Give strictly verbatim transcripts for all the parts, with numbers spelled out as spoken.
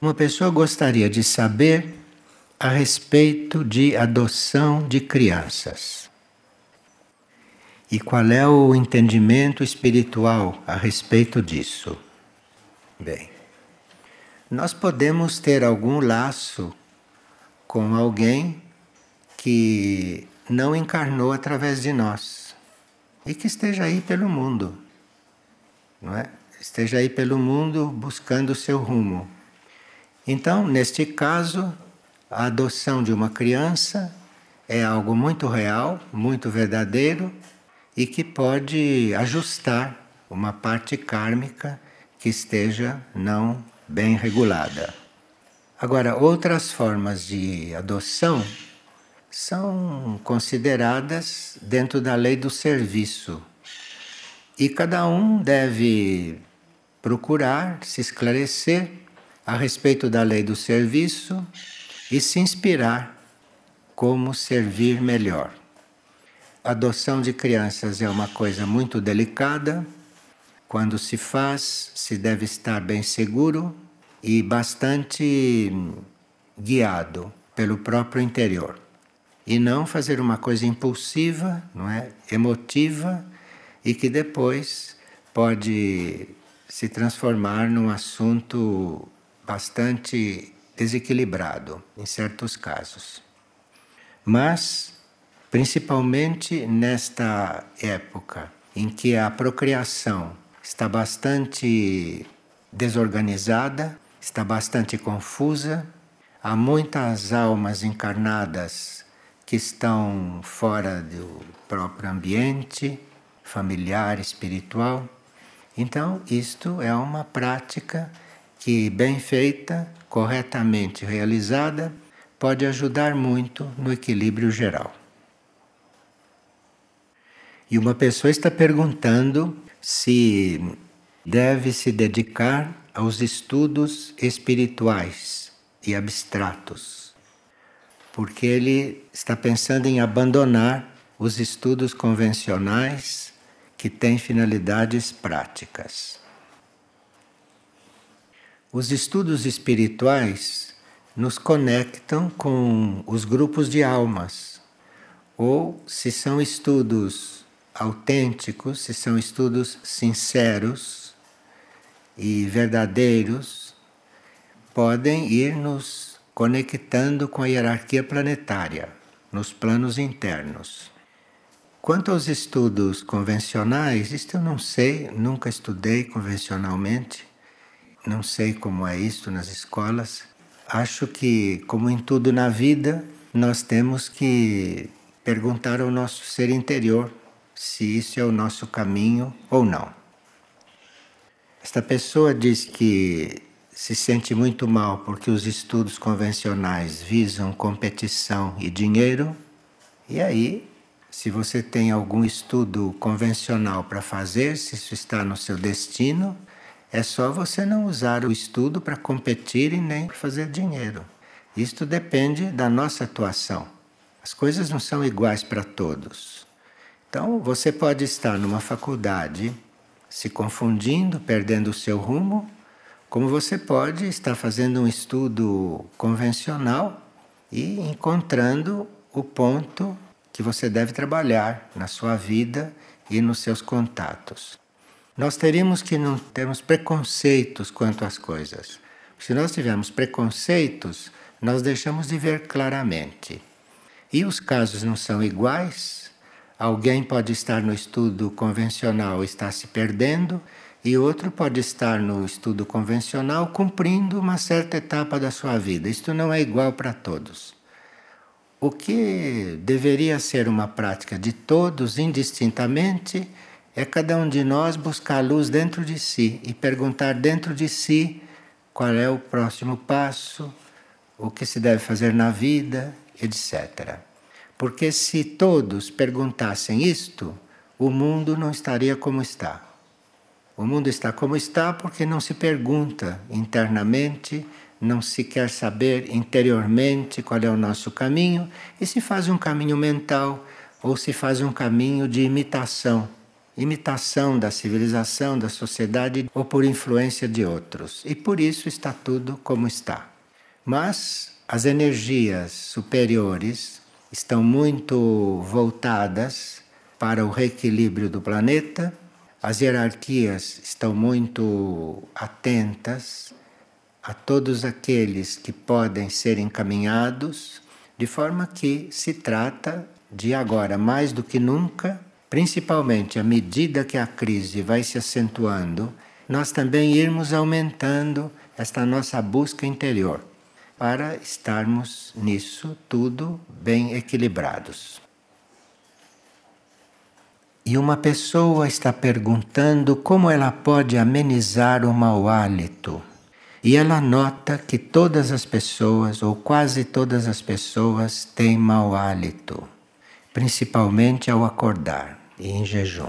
Uma pessoa gostaria de saber a respeito de adoção de crianças. E qual é o entendimento espiritual a respeito disso? Bem, nós podemos ter algum laço com alguém que não encarnou através de nós e que esteja aí pelo mundo, não é? Esteja aí pelo mundo buscando o seu rumo. Então, neste caso, a adoção de uma criança é algo muito real, muito verdadeiro e que pode ajustar uma parte kármica que esteja não bem regulada. Agora, outras formas de adoção são consideradas dentro da lei do serviço. E cada um deve procurar se esclarecer a respeito da lei do serviço e se inspirar como servir melhor. A adoção de crianças é uma coisa muito delicada. Quando se faz, se deve estar bem seguro e bastante guiado pelo próprio interior. E não fazer uma coisa impulsiva, não é? Emotiva, e que depois pode se transformar num assunto bastante desequilibrado em certos casos. Mas, principalmente nesta época em que a procriação está bastante desorganizada, está bastante confusa, há muitas almas encarnadas que estão fora do próprio ambiente familiar, espiritual. Então, isto é uma prática que, bem feita, corretamente realizada, pode ajudar muito no equilíbrio geral. E uma pessoa está perguntando se deve se dedicar aos estudos espirituais e abstratos, porque ele está pensando em abandonar os estudos convencionais que têm finalidades práticas. Os estudos espirituais nos conectam com os grupos de almas, ou se são estudos autênticos, se são estudos sinceros e verdadeiros, podem ir nos conectando com a hierarquia planetária, nos planos internos. Quanto aos estudos convencionais, isto eu não sei, nunca estudei convencionalmente, não sei como é isto nas escolas. Acho que, como em tudo na vida, nós temos que perguntar ao nosso ser interior se isso é o nosso caminho ou não. Esta pessoa diz que se sente muito mal porque os estudos convencionais visam competição e dinheiro, e aí, se você tem algum estudo convencional para fazer, se isso está no seu destino, é só você não usar o estudo para competir e nem para fazer dinheiro. Isto depende da nossa atuação. As coisas não são iguais para todos. Então, você pode estar numa faculdade se confundindo, perdendo o seu rumo, como você pode estar fazendo um estudo convencional e encontrando o ponto que você deve trabalhar na sua vida e nos seus contatos. Nós teríamos que não termos preconceitos quanto às coisas. Se nós tivermos preconceitos, nós deixamos de ver claramente. E os casos não são iguais. Alguém pode estar no estudo convencional e estar se perdendo, e outro pode estar no estudo convencional cumprindo uma certa etapa da sua vida. Isto não é igual para todos. O que deveria ser uma prática de todos indistintamente é cada um de nós buscar a luz dentro de si e perguntar dentro de si qual é o próximo passo, o que se deve fazer na vida, etcétera. Porque se todos perguntassem isto, o mundo não estaria como está. O mundo está como está porque não se pergunta internamente, não se quer saber interiormente qual é o nosso caminho, e se faz um caminho mental ou se faz um caminho de imitação imitação da civilização, da sociedade ou por influência de outros. E por isso está tudo como está. Mas as energias superiores estão muito voltadas para o reequilíbrio do planeta, as hierarquias estão muito atentas a todos aqueles que podem ser encaminhados, de forma que se trata de agora, mais do que nunca, principalmente à medida que a crise vai se acentuando, nós também irmos aumentando esta nossa busca interior, para estarmos nisso tudo bem equilibrados. E uma pessoa está perguntando como ela pode amenizar o mau hálito. E ela nota que todas as pessoas, ou quase todas as pessoas, têm mau hálito, principalmente ao acordar e em jejum.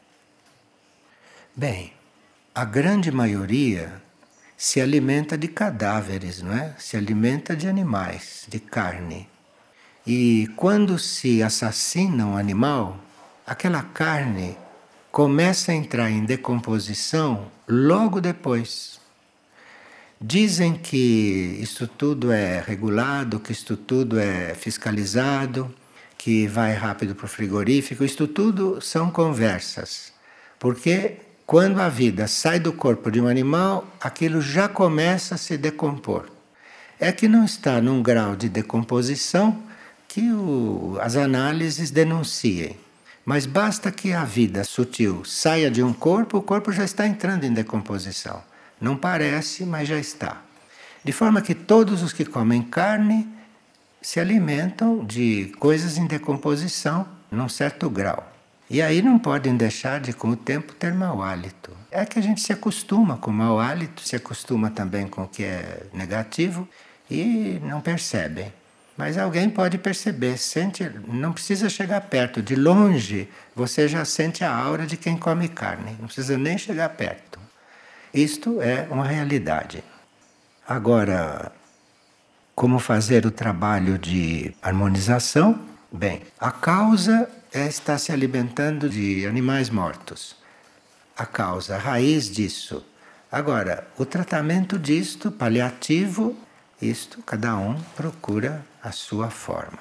Bem, a grande maioria se alimenta de cadáveres, não é? Se alimenta de animais, de carne. E quando se assassina um animal, aquela carne começa a entrar em decomposição logo depois. Dizem que isso tudo é regulado, que isso tudo é fiscalizado, que vai rápido para o frigorífico. Isto tudo são conversas. Porque quando a vida sai do corpo de um animal, aquilo já começa a se decompor. É que não está num grau de decomposição que o, as análises denunciem. Mas basta que a vida sutil saia de um corpo, o corpo já está entrando em decomposição. Não parece, mas já está. De forma que todos os que comem carne se alimentam de coisas em decomposição num certo grau. E aí não podem deixar de, com o tempo, ter mau hálito. É que a gente se acostuma com o mau hálito, se acostuma também com o que é negativo e não percebem. Mas alguém pode perceber, sente, não precisa chegar perto. De longe, você já sente a aura de quem come carne. Não precisa nem chegar perto. Isto é uma realidade. Agora, como fazer o trabalho de harmonização? Bem, a causa é estar se alimentando de animais mortos. A causa, a raiz disso. Agora, o tratamento disto, paliativo, isto cada um procura a sua forma.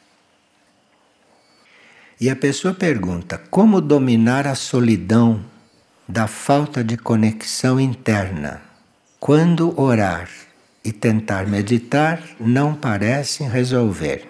E a pessoa pergunta, como dominar a solidão da falta de conexão interna, quando orar e tentar meditar não parecem resolver?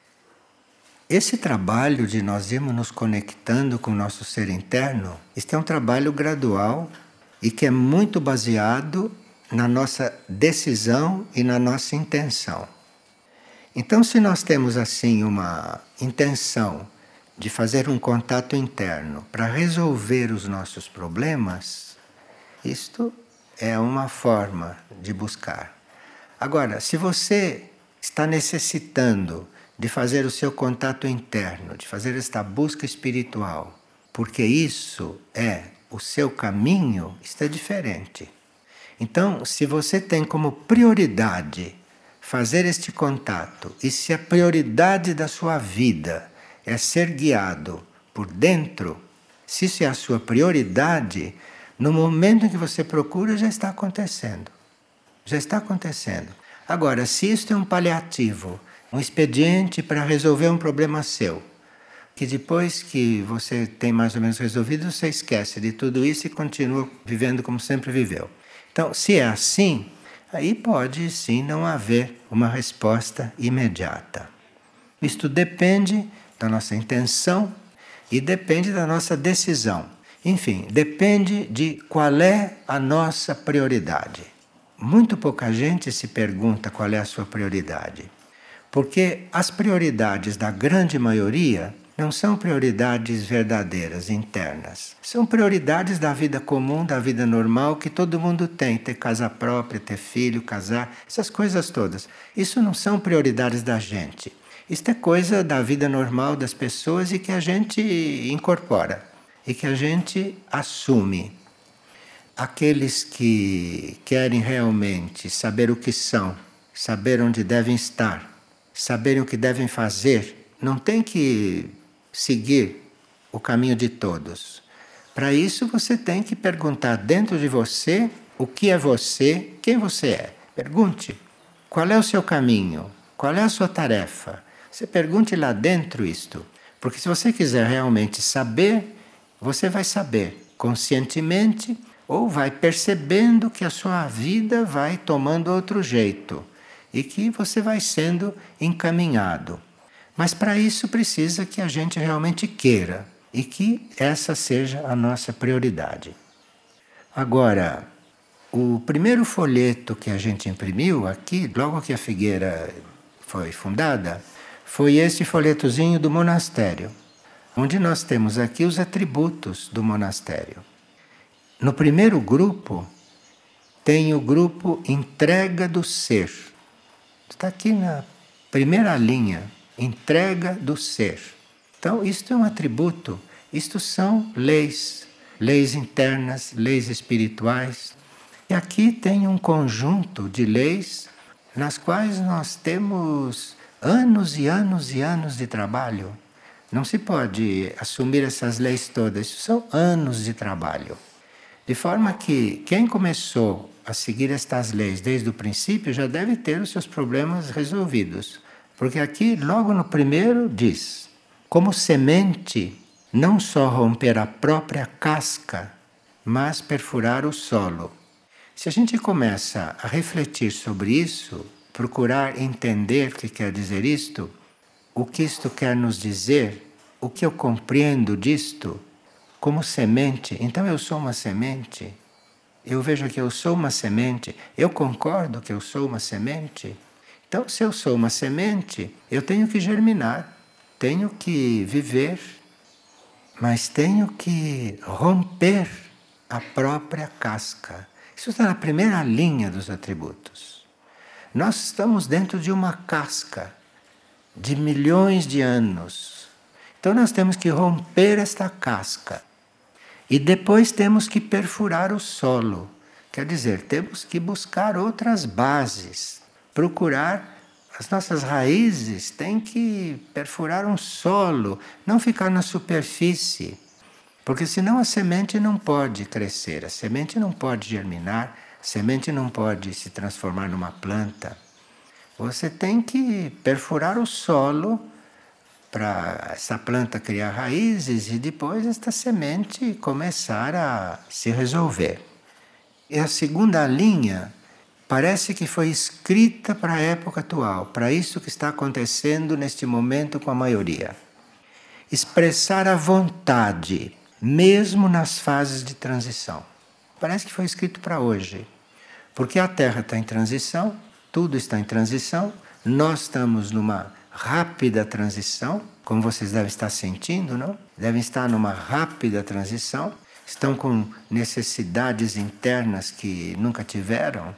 Esse trabalho de nós irmos nos conectando com o nosso ser interno, este é um trabalho gradual e que é muito baseado na nossa decisão e na nossa intenção. Então, se nós temos assim uma intenção de fazer um contato interno para resolver os nossos problemas, isto é uma forma de buscar. Agora, se você está necessitando de fazer o seu contato interno, de fazer esta busca espiritual, porque isso é o seu caminho, isto é diferente. Então, se você tem como prioridade fazer este contato, e se a prioridade da sua vida é ser guiado por dentro, se isso é a sua prioridade, no momento em que você procura já está acontecendo. Já está acontecendo. Agora, se isto é um paliativo, um expediente para resolver um problema seu, que depois que você tem mais ou menos resolvido, você esquece de tudo isso e continua vivendo como sempre viveu. Então, se é assim, aí pode sim não haver uma resposta imediata. Isto depende da nossa intenção e depende da nossa decisão. Enfim, depende de qual é a nossa prioridade. Muito pouca gente se pergunta qual é a sua prioridade. Porque as prioridades da grande maioria não são prioridades verdadeiras, internas. São prioridades da vida comum, da vida normal, que todo mundo tem. Ter casa própria, ter filho, casar, essas coisas todas. Isso não são prioridades da gente. Isto é coisa da vida normal das pessoas e que a gente incorpora. E que a gente assume. Aqueles que querem realmente saber o que são, saber onde devem estar, saberem o que devem fazer, não tem que seguir o caminho de todos. Para isso você tem que perguntar dentro de você o que é você, quem você é. Pergunte. Qual é o seu caminho? Qual é a sua tarefa? Você pergunte lá dentro isto. Porque se você quiser realmente saber, você vai saber conscientemente ou vai percebendo que a sua vida vai tomando outro jeito e que você vai sendo encaminhado. Mas para isso precisa que a gente realmente queira e que essa seja a nossa prioridade. Agora, o primeiro folheto que a gente imprimiu aqui, logo que a Figueira foi fundada, foi esse folhetozinho do monastério, onde nós temos aqui os atributos do monastério. No primeiro grupo, tem o grupo Entrega do Ser. Está aqui na primeira linha, Entrega do Ser. Então, isto é um atributo, isto são leis, leis internas, leis espirituais. E aqui tem um conjunto de leis nas quais nós temos anos e anos e anos de trabalho. Não se pode assumir essas leis todas, isso são anos de trabalho. De forma que quem começou a seguir estas leis desde o princípio já deve ter os seus problemas resolvidos. Porque aqui, logo no primeiro, diz: como semente, não só romper a própria casca, mas perfurar o solo. Se a gente começa a refletir sobre isso, procurar entender o que quer dizer isto, o que isto quer nos dizer, o que eu compreendo disto, como semente, então eu sou uma semente. Eu vejo que eu sou uma semente, eu concordo que eu sou uma semente. Então, se eu sou uma semente, eu tenho que germinar, tenho que viver, mas tenho que romper a própria casca. Isso está na primeira linha dos atributos. Nós estamos dentro de uma casca de milhões de anos. Então nós temos que romper esta casca. E depois temos que perfurar o solo. Quer dizer, temos que buscar outras bases. Procurar as nossas raízes, tem que perfurar um solo, não ficar na superfície. Porque senão a semente não pode crescer, a semente não pode germinar, a semente não pode se transformar numa planta. Você tem que perfurar o solo para essa planta criar raízes e depois esta semente começar a se resolver. E a segunda linha parece que foi escrita para a época atual, para isso que está acontecendo neste momento com a maioria. Expressar a vontade, mesmo nas fases de transição. Parece que foi escrito para hoje. Porque a Terra está em transição, tudo está em transição, nós estamos numa rápida transição, como vocês devem estar sentindo, não? Devem estar numa rápida transição, estão com necessidades internas que nunca tiveram.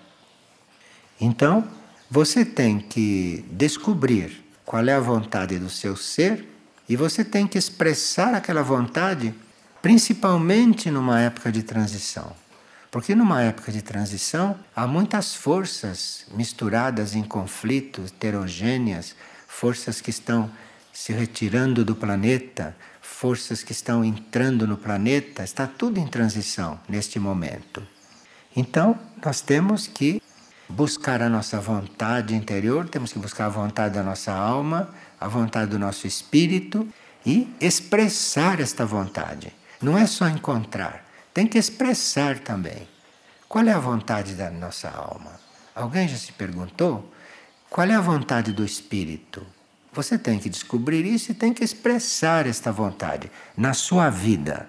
Então, você tem que descobrir qual é a vontade do seu ser e você tem que expressar aquela vontade principalmente numa época de transição. Porque numa época de transição há muitas forças misturadas em conflitos, heterogêneas, forças que estão se retirando do planeta, forças que estão entrando no planeta, está tudo em transição neste momento. Então, nós temos que buscar a nossa vontade interior, temos que buscar a vontade da nossa alma, a vontade do nosso espírito e expressar esta vontade. Não é só encontrar, tem que expressar também. Qual é a vontade da nossa alma? Alguém já se perguntou? Qual é a vontade do espírito? Você tem que descobrir isso e tem que expressar esta vontade na sua vida.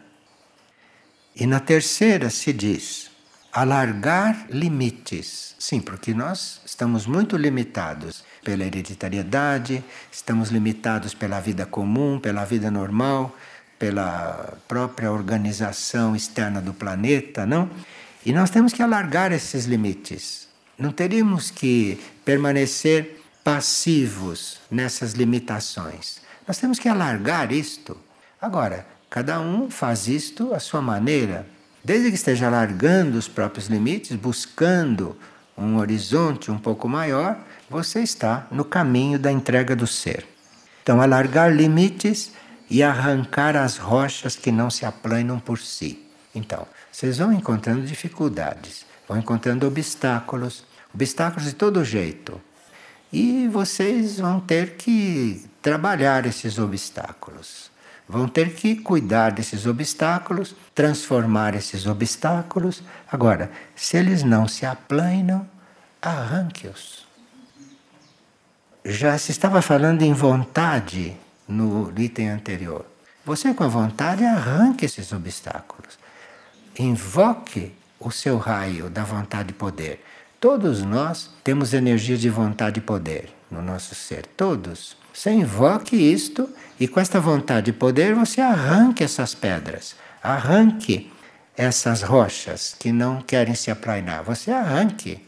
E na terceira se diz, alargar limites. Sim, porque nós estamos muito limitados pela hereditariedade, estamos limitados pela vida comum, pela vida normal, pela própria organização externa do planeta, não? E nós temos que alargar esses limites. Não teríamos que permanecer passivos nessas limitações. Nós temos que alargar isto. Agora, cada um faz isto à sua maneira. Desde que esteja alargando os próprios limites, buscando um horizonte um pouco maior, você está no caminho da entrega do ser. Então, alargar limites e arrancar as rochas que não se aplanam por si. Então, vocês vão encontrando dificuldades, vão encontrando obstáculos, obstáculos de todo jeito. E vocês vão ter que trabalhar esses obstáculos. Vão ter que cuidar desses obstáculos, transformar esses obstáculos. Agora, se eles não se aplanam, arranque-os. Já se estava falando em vontade no item anterior. Você, com a vontade, arranque esses obstáculos. Invoque o seu raio da vontade e poder. Todos nós temos energia de vontade e poder no nosso ser, todos. Você invoque isto e com esta vontade e poder você arranque essas pedras, arranque essas rochas que não querem se aplainar, você arranque.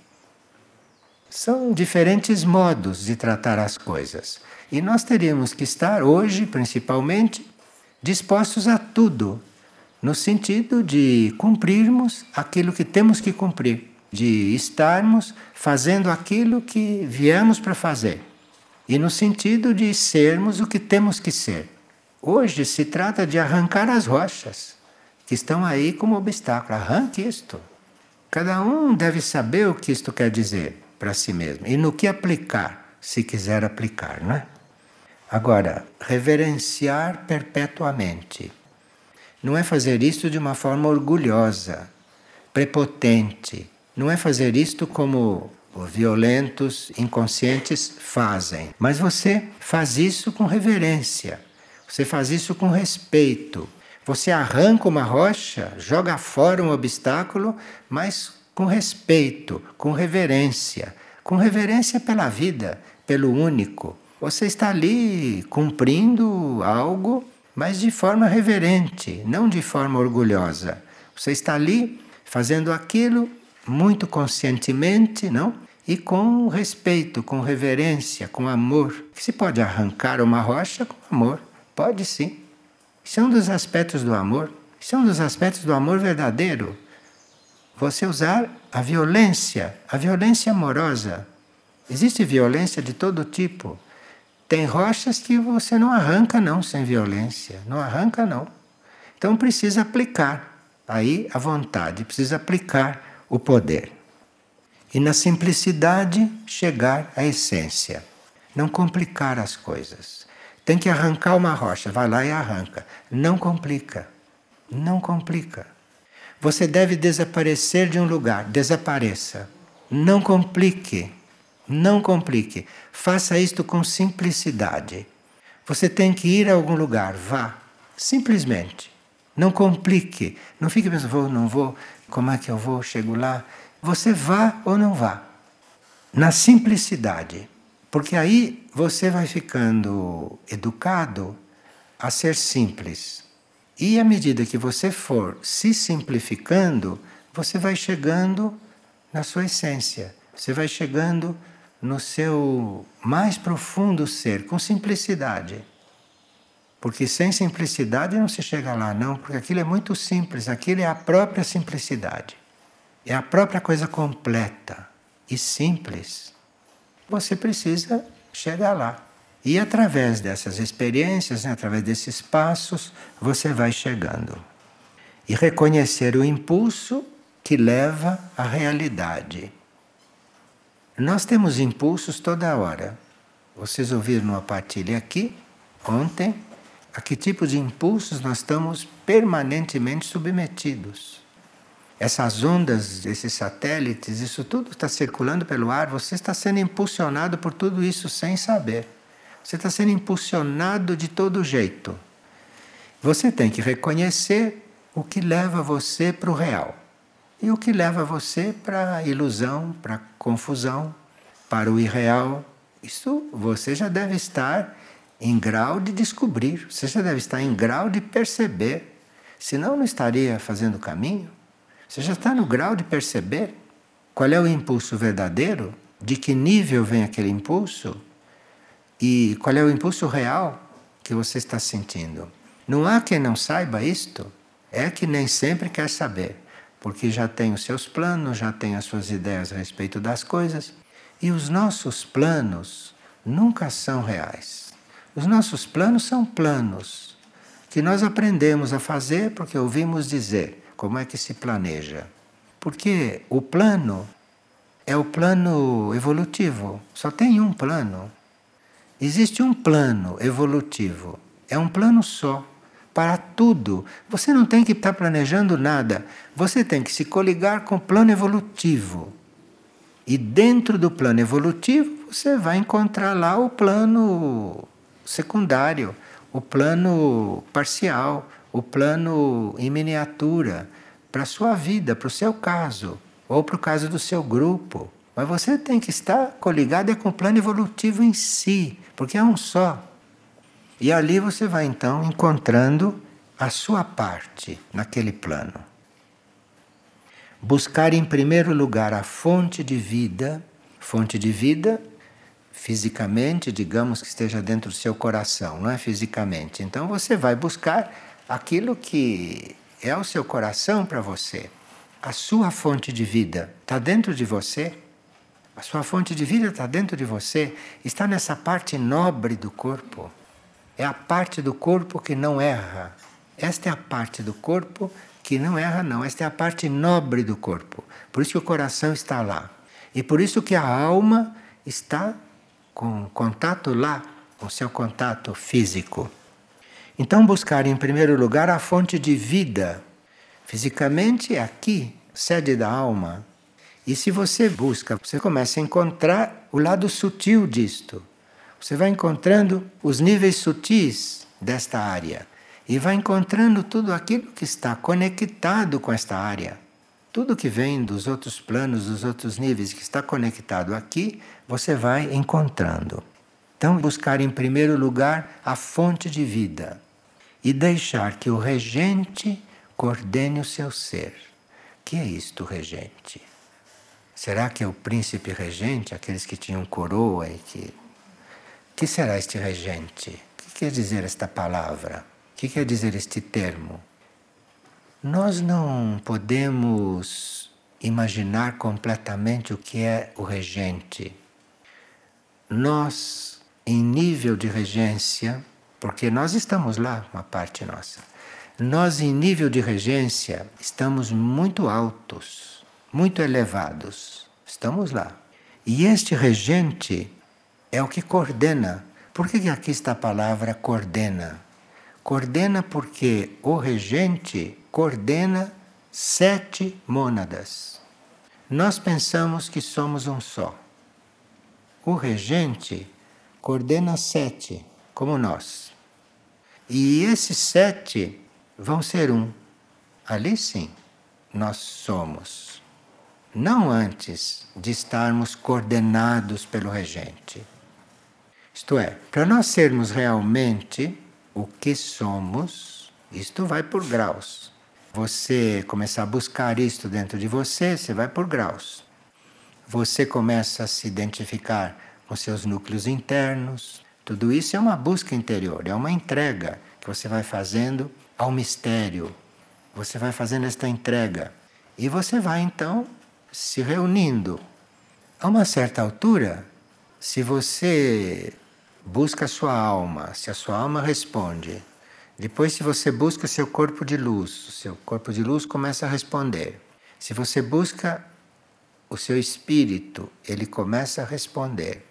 São diferentes modos de tratar as coisas. E nós teríamos que estar hoje, principalmente, dispostos a tudo, no sentido de cumprirmos aquilo que temos que cumprir, de estarmos fazendo aquilo que viemos para fazer. E no sentido de sermos o que temos que ser. Hoje se trata de arrancar as rochas que estão aí como obstáculo. Arranque isto. Cada um deve saber o que isto quer dizer para si mesmo e no que aplicar, se quiser aplicar, não é? Agora, reverenciar perpetuamente. Não é fazer isto de uma forma orgulhosa, prepotente. Não é fazer isto como os violentos, inconscientes fazem. Mas você faz isso com reverência. Você faz isso com respeito. Você arranca uma rocha, joga fora um obstáculo, mas com respeito, com reverência. Com reverência pela vida, pelo único. Você está ali cumprindo algo, mas de forma reverente, não de forma orgulhosa. Você está ali fazendo aquilo muito conscientemente, não? E com respeito, com reverência, com amor. Se pode arrancar uma rocha com amor, pode sim. Isso é um dos aspectos do amor. Isso é um dos aspectos do amor verdadeiro. Você usar a violência, a violência amorosa. Existe violência de todo tipo. Tem rochas que você não arranca não sem violência. Não arranca não. Então precisa aplicar aí a vontade, precisa aplicar o poder. E na simplicidade chegar à essência. Não complicar as coisas. Tem que arrancar uma rocha, vai lá e arranca. Não complica. Não complica. Você deve desaparecer de um lugar, desapareça. Não complique. Não complique. Faça isto com simplicidade. Você tem que ir a algum lugar, vá. Simplesmente. Não complique. Não fique pensando, vou, não vou, como é que eu vou, chego lá. Você vá ou não vá. Na simplicidade. Porque aí você vai ficando educado a ser simples. E à medida que você for se simplificando, você vai chegando na sua essência. Você vai chegando no seu mais profundo ser, com simplicidade. Porque sem simplicidade não se chega lá, não, porque aquilo é muito simples, aquilo é a própria simplicidade. É a própria coisa completa e simples. Você precisa chegar lá. E através dessas experiências, né, através desses passos, você vai chegando. E reconhecer o impulso que leva à realidade. Nós temos impulsos toda hora. Vocês ouviram uma partilha aqui, ontem, a que tipo de impulsos nós estamos permanentemente submetidos. Essas ondas, esses satélites, isso tudo está circulando pelo ar, você está sendo impulsionado por tudo isso sem saber. Você está sendo impulsionado de todo jeito. Você tem que reconhecer o que leva você para o real. E o que leva você para a ilusão, para a confusão, para o irreal. Isso você já deve estar em grau de descobrir, você já deve estar em grau de perceber. Senão não estaria fazendo o caminho. Você já está no grau de perceber qual é o impulso verdadeiro, de que nível vem aquele impulso e qual é o impulso real que você está sentindo. Não há quem não saiba isto, é que nem sempre quer saber. Porque já tem os seus planos, já tem as suas ideias a respeito das coisas. E os nossos planos nunca são reais. Os nossos planos são planos. que nós aprendemos a fazer porque ouvimos dizer como é que se planeja. Porque o plano é o plano evolutivo, só tem um plano. Existe um plano evolutivo, é um plano só, para tudo. Você não tem que estar planejando nada, você tem que se coligar com o plano evolutivo. E dentro do plano evolutivo, você vai encontrar lá o plano secundário, o plano parcial, o plano em miniatura, para a sua vida, para o seu caso, ou para o caso do seu grupo. Mas você tem que estar coligado é com o plano evolutivo em si, porque é um só. E ali você vai então encontrando a sua parte naquele plano. Buscar em primeiro lugar a fonte de vida, fonte de vida fisicamente, digamos que esteja dentro do seu coração, não é fisicamente. Então você vai buscar aquilo que é o seu coração para você. A sua fonte de vida está dentro de você. A sua fonte de vida está dentro de você. Está nessa parte nobre do corpo. É a parte do corpo que não erra. Esta é a parte do corpo que não erra, não. Esta é a parte nobre do corpo. Por isso que o coração está lá. E por isso que a alma está com contato lá, com seu contato físico. Então buscar em primeiro lugar a fonte de vida. Fisicamente é aqui, sede da alma. E se você busca, você começa a encontrar o lado sutil disto. Você vai encontrando os níveis sutis desta área. E vai encontrando tudo aquilo que está conectado com esta área. Tudo que vem dos outros planos, dos outros níveis, que está conectado aqui, você vai encontrando. Então, buscar em primeiro lugar a fonte de vida. E deixar que o regente coordene o seu ser. Que é isto, regente? Será que é o príncipe regente, aqueles que tinham coroa e que... que será este regente? O que quer dizer esta palavra? O que quer dizer este termo? Nós não podemos imaginar completamente o que é o regente. Nós, em nível de regência, porque nós estamos lá, uma parte nossa, nós, em nível de regência, estamos muito altos, muito elevados. Estamos lá. E este regente é o que coordena. Por que aqui está a palavra coordena? Coordena porque o regente coordena sete mônadas. Nós pensamos que somos um só. O regente coordena sete, como nós. E esses sete vão ser um. Ali sim, nós somos. Não antes de estarmos coordenados pelo regente. Isto é, para nós sermos realmente o que somos, isto vai por graus. Você começar a buscar isto dentro de você, você vai por graus. Você começa a se identificar com seus núcleos internos. Tudo isso é uma busca interior, é uma entrega que você vai fazendo ao mistério. Você vai fazendo esta entrega. E você vai então se reunindo. A uma certa altura, se você busca a sua alma, se a sua alma responde, depois se você busca seu corpo de luz, o seu corpo de luz começa a responder. Se você busca o seu espírito, ele começa a responder.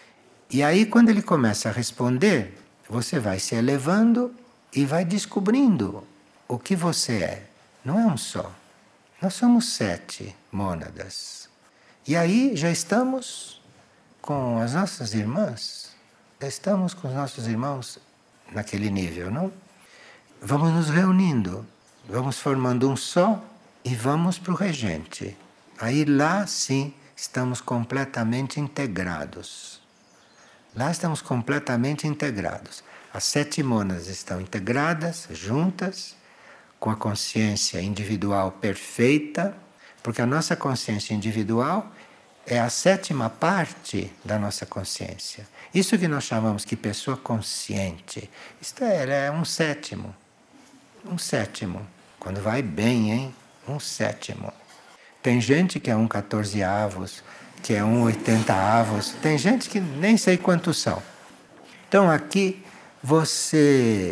E aí quando ele começa a responder, você vai se elevando e vai descobrindo o que você é. Não é um só. Nós somos sete mônadas. E aí já estamos com as nossas irmãs. Já estamos com os nossos irmãos naquele nível, não? Vamos nos reunindo, vamos formando um só e vamos para o regente. Aí lá sim estamos completamente integrados. Lá estamos completamente integrados. As sete mônadas estão integradas, juntas, com a consciência individual perfeita, porque a nossa consciência individual é a sétima parte da nossa consciência. Isso que nós chamamos de pessoa consciente, isto é, ela é um sétimo. Um sétimo. Quando vai bem, hein? Um sétimo. Tem gente que é um quatorzeavos, que é um oitentaavos. Tem gente que nem sei quantos são. Então aqui você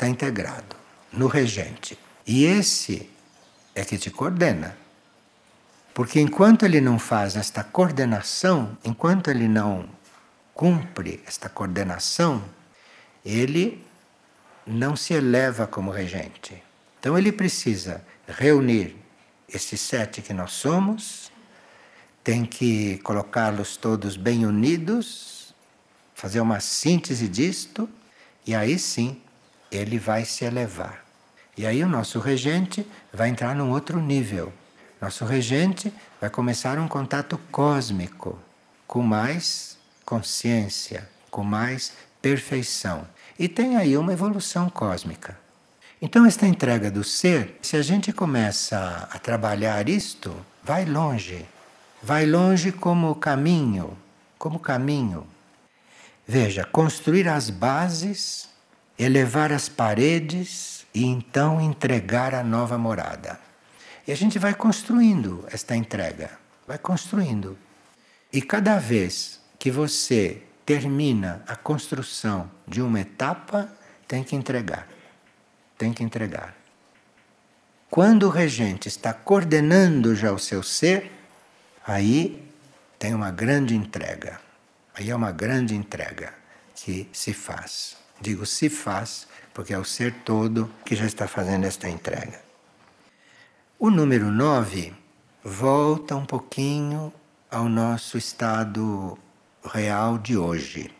está integrado no regente. E esse é que te coordena. Porque enquanto ele não faz esta coordenação, enquanto ele não cumpre esta coordenação, ele não se eleva como regente. Então ele precisa reunir esses sete que nós somos, tem que colocá-los todos bem unidos, fazer uma síntese disto, e aí sim ele vai se elevar. E aí o nosso regente vai entrar num outro nível. Nosso regente vai começar um contato cósmico, com mais consciência, com mais perfeição. E tem aí uma evolução cósmica. Então esta entrega do ser, se a gente começa a trabalhar isto, vai longe. Vai longe como caminho, como caminho. Veja, construir as bases, elevar as paredes e então entregar a nova morada. E a gente vai construindo esta entrega, vai construindo. E cada vez que você termina a construção de uma etapa, tem que entregar. Tem que entregar. Quando o regente está coordenando já o seu ser, aí tem uma grande entrega. Aí é uma grande entrega que se faz. Digo se faz, porque é o ser todo que já está fazendo esta entrega. O número nove volta um pouquinho ao nosso estado real de hoje.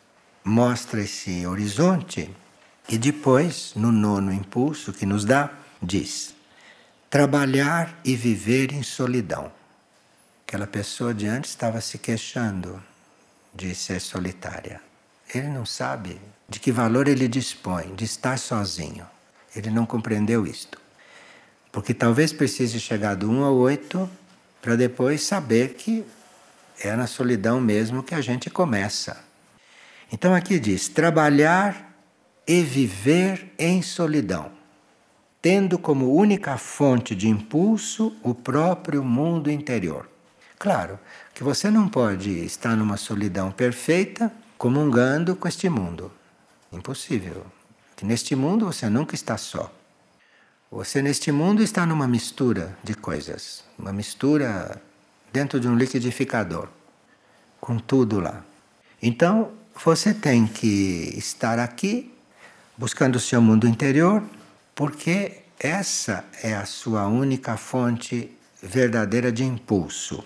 Mostra esse horizonte e depois, no nono impulso que nos dá, diz: trabalhar e viver em solidão. Aquela pessoa de antes estava se queixando de ser solitária. Ele não sabe de que valor ele dispõe de estar sozinho. Ele não compreendeu isto. Porque talvez precise chegar do um ao oito para depois saber que é na solidão mesmo que a gente começa. Então aqui diz: trabalhar e viver em solidão, tendo como única fonte de impulso o próprio mundo interior. Claro que você não pode estar numa solidão perfeita comungando com este mundo. Impossível. Que neste mundo você nunca está só. Você neste mundo está numa mistura de coisas. Uma mistura dentro de um liquidificador. Com tudo lá. Então você tem que estar aqui buscando o seu mundo interior, porque essa é a sua única fonte verdadeira de impulso.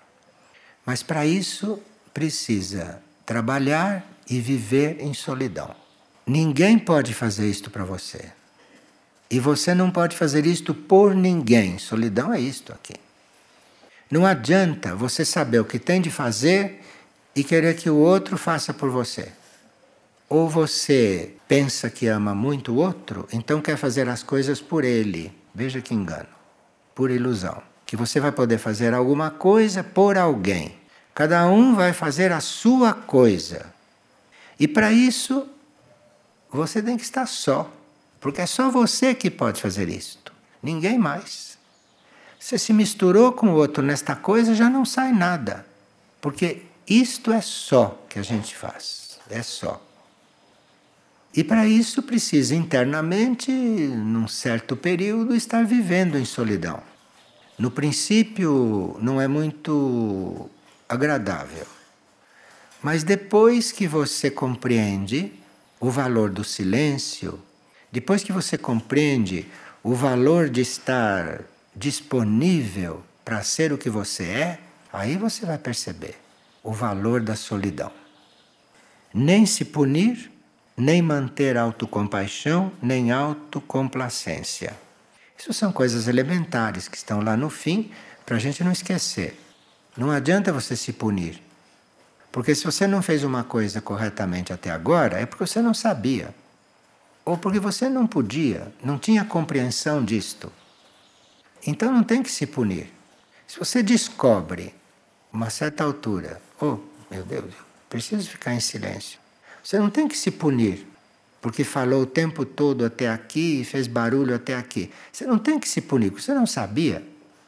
Mas para isso precisa trabalhar e viver em solidão. Ninguém pode fazer isto para você. E você não pode fazer isto por ninguém. Solidão é isto aqui. Não adianta você saber o que tem de fazer e querer que o outro faça por você. Ou você pensa que ama muito o outro, então quer fazer as coisas por ele. Veja que engano. Pura ilusão. Que você vai poder fazer alguma coisa por alguém. Cada um vai fazer a sua coisa. E para isso, você tem que estar só. Porque é só você que pode fazer isto. Ninguém mais. Você se misturou com o outro nesta coisa, já não sai nada. Porque isto é só que a gente faz. É só. E para isso precisa internamente, num certo período, estar vivendo em solidão. No princípio não é muito agradável. Mas depois que você compreende o valor do silêncio, depois que você compreende o valor de estar disponível para ser o que você é, aí você vai perceber o valor da solidão. Nem se punir, nem manter autocompaixão, nem autocomplacência. Isso são coisas elementares que estão lá no fim para a gente não esquecer. Não adianta você se punir. Porque se você não fez uma coisa corretamente até agora, é porque você não sabia. Ou porque você não podia, não tinha compreensão disto. Então não tem que se punir. Se você descobre, uma certa altura, oh, meu Deus, preciso ficar em silêncio. Você não tem que se punir, porque falou o tempo todo até aqui e fez barulho até aqui. Você não tem que se punir, porque você não sabia.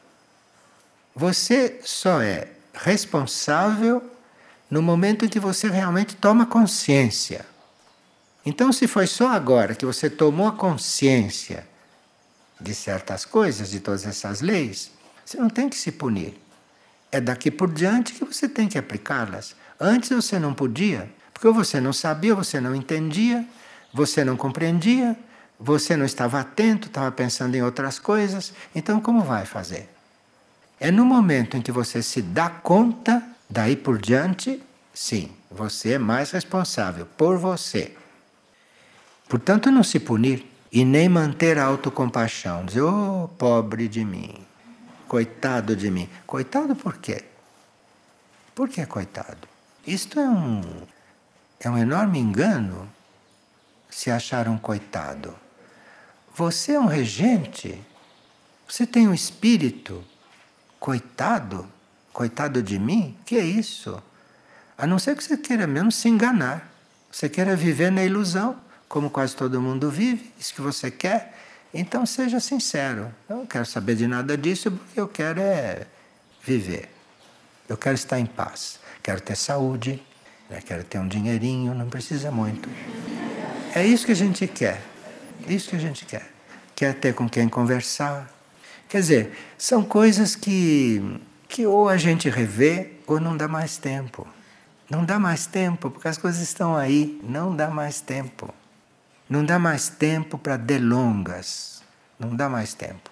Você só é responsável no momento em que você realmente toma consciência. Então, se foi só agora que você tomou a consciência de certas coisas, de todas essas leis, você não tem que se punir. É daqui por diante que você tem que aplicá-las. Antes você não podia, porque ou você não sabia, ou você não entendia, você não compreendia, você não estava atento, estava pensando em outras coisas. Então, como vai fazer? É no momento em que você se dá conta, daí por diante, sim, você é mais responsável por você. Portanto, não se punir e nem manter a autocompaixão. Dizer, oh, pobre de mim, coitado de mim. Coitado por quê? Por que coitado? Isto é um, é um enorme engano se achar um coitado. Você é um regente, você tem um espírito. Coitado? Coitado de mim? Que é isso? A não ser que você queira mesmo se enganar. Você queira viver na ilusão, como quase todo mundo vive, isso que você quer. Então seja sincero. Eu não quero saber de nada disso porque eu quero é viver. Eu quero estar em paz. Quero ter saúde, né? Quero ter um dinheirinho, não precisa muito. É isso que a gente quer. Isso que a gente quer. Quer ter com quem conversar. Quer dizer, são coisas que, que ou a gente revê ou não dá mais tempo. Não dá mais tempo, porque as coisas estão aí. Não dá mais tempo. Não dá mais tempo para delongas. Não dá mais tempo.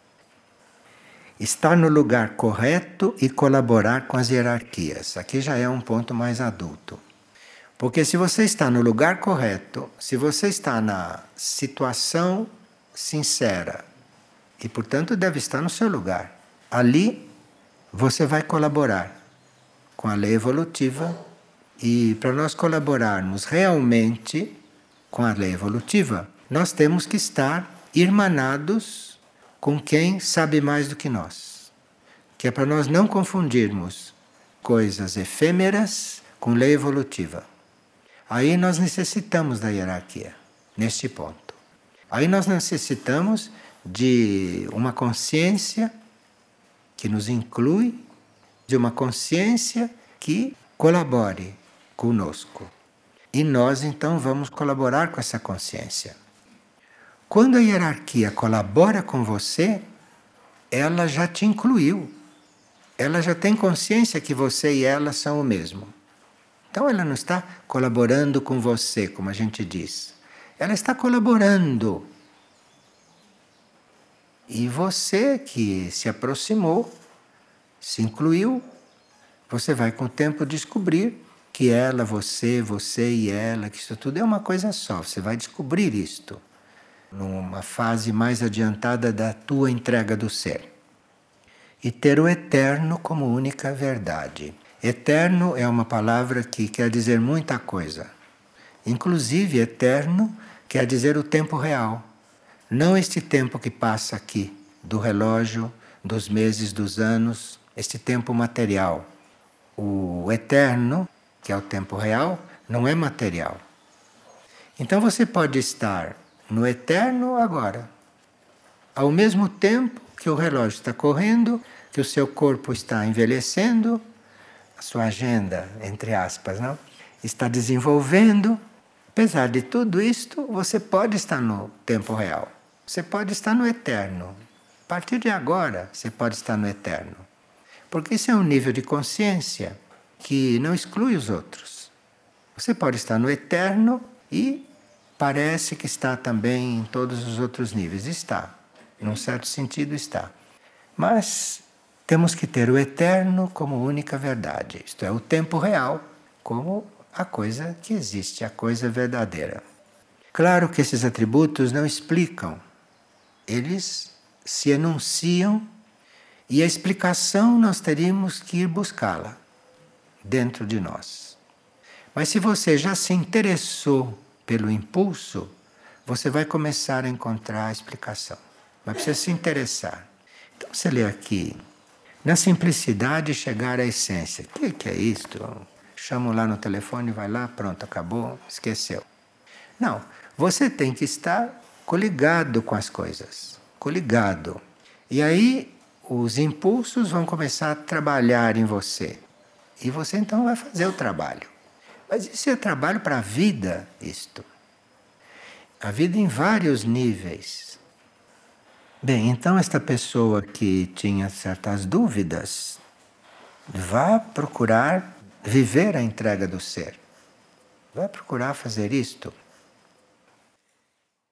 Estar no lugar correto e colaborar com as hierarquias. Aqui já é um ponto mais adulto. Porque se você está no lugar correto, se você está na situação sincera, e portanto deve estar no seu lugar, ali você vai colaborar com a lei evolutiva. E para nós colaborarmos realmente com a lei evolutiva, nós temos que estar irmanados com quem sabe mais do que nós. Que é para nós não confundirmos coisas efêmeras com lei evolutiva. Aí nós necessitamos da hierarquia, neste ponto. Aí nós necessitamos de uma consciência que nos inclui, de uma consciência que colabore conosco. E nós então vamos colaborar com essa consciência. Quando a hierarquia colabora com você, ela já te incluiu. Ela já tem consciência que você e ela são o mesmo. Então ela não está colaborando com você, como a gente diz. Ela está colaborando. E você que se aproximou, se incluiu, você vai com o tempo descobrir que ela, você, você e ela, que isso tudo é uma coisa só. Você vai descobrir isto numa fase mais adiantada da tua entrega do ser. E ter o eterno como única verdade. Eterno é uma palavra que quer dizer muita coisa. Inclusive, eterno quer dizer o tempo real. Não este tempo que passa aqui, do relógio, dos meses, dos anos, este tempo material. O eterno, que é o tempo real, não é material. Então você pode estar no eterno agora. Ao mesmo tempo que o relógio está correndo, que o seu corpo está envelhecendo, a sua agenda, entre aspas, não? Está desenvolvendo. Apesar de tudo isto, você pode estar no tempo real. Você pode estar no eterno. A partir de agora, você pode estar no eterno. Porque isso é um nível de consciência que não exclui os outros. Você pode estar no eterno e parece que está também em todos os outros níveis. Está. Num certo sentido está. Mas temos que ter o eterno como única verdade. Isto é, o tempo real como a coisa que existe, a coisa verdadeira. Claro que esses atributos não explicam. Eles se enunciam e a explicação nós teríamos que ir buscá-la dentro de nós. Mas se você já se interessou pelo impulso, você vai começar a encontrar a explicação. Mas precisa se interessar. Então você lê aqui, na simplicidade chegar à essência. O que, que é isto? Chamo lá no telefone, vai lá, pronto, acabou, esqueceu. Não, você tem que estar coligado com as coisas, coligado. E aí os impulsos vão começar a trabalhar em você. E você então vai fazer o trabalho. Mas isso é trabalho para a vida, isto. A vida em vários níveis. Bem, então esta pessoa que tinha certas dúvidas, vá procurar viver a entrega do ser. Vá procurar fazer isto.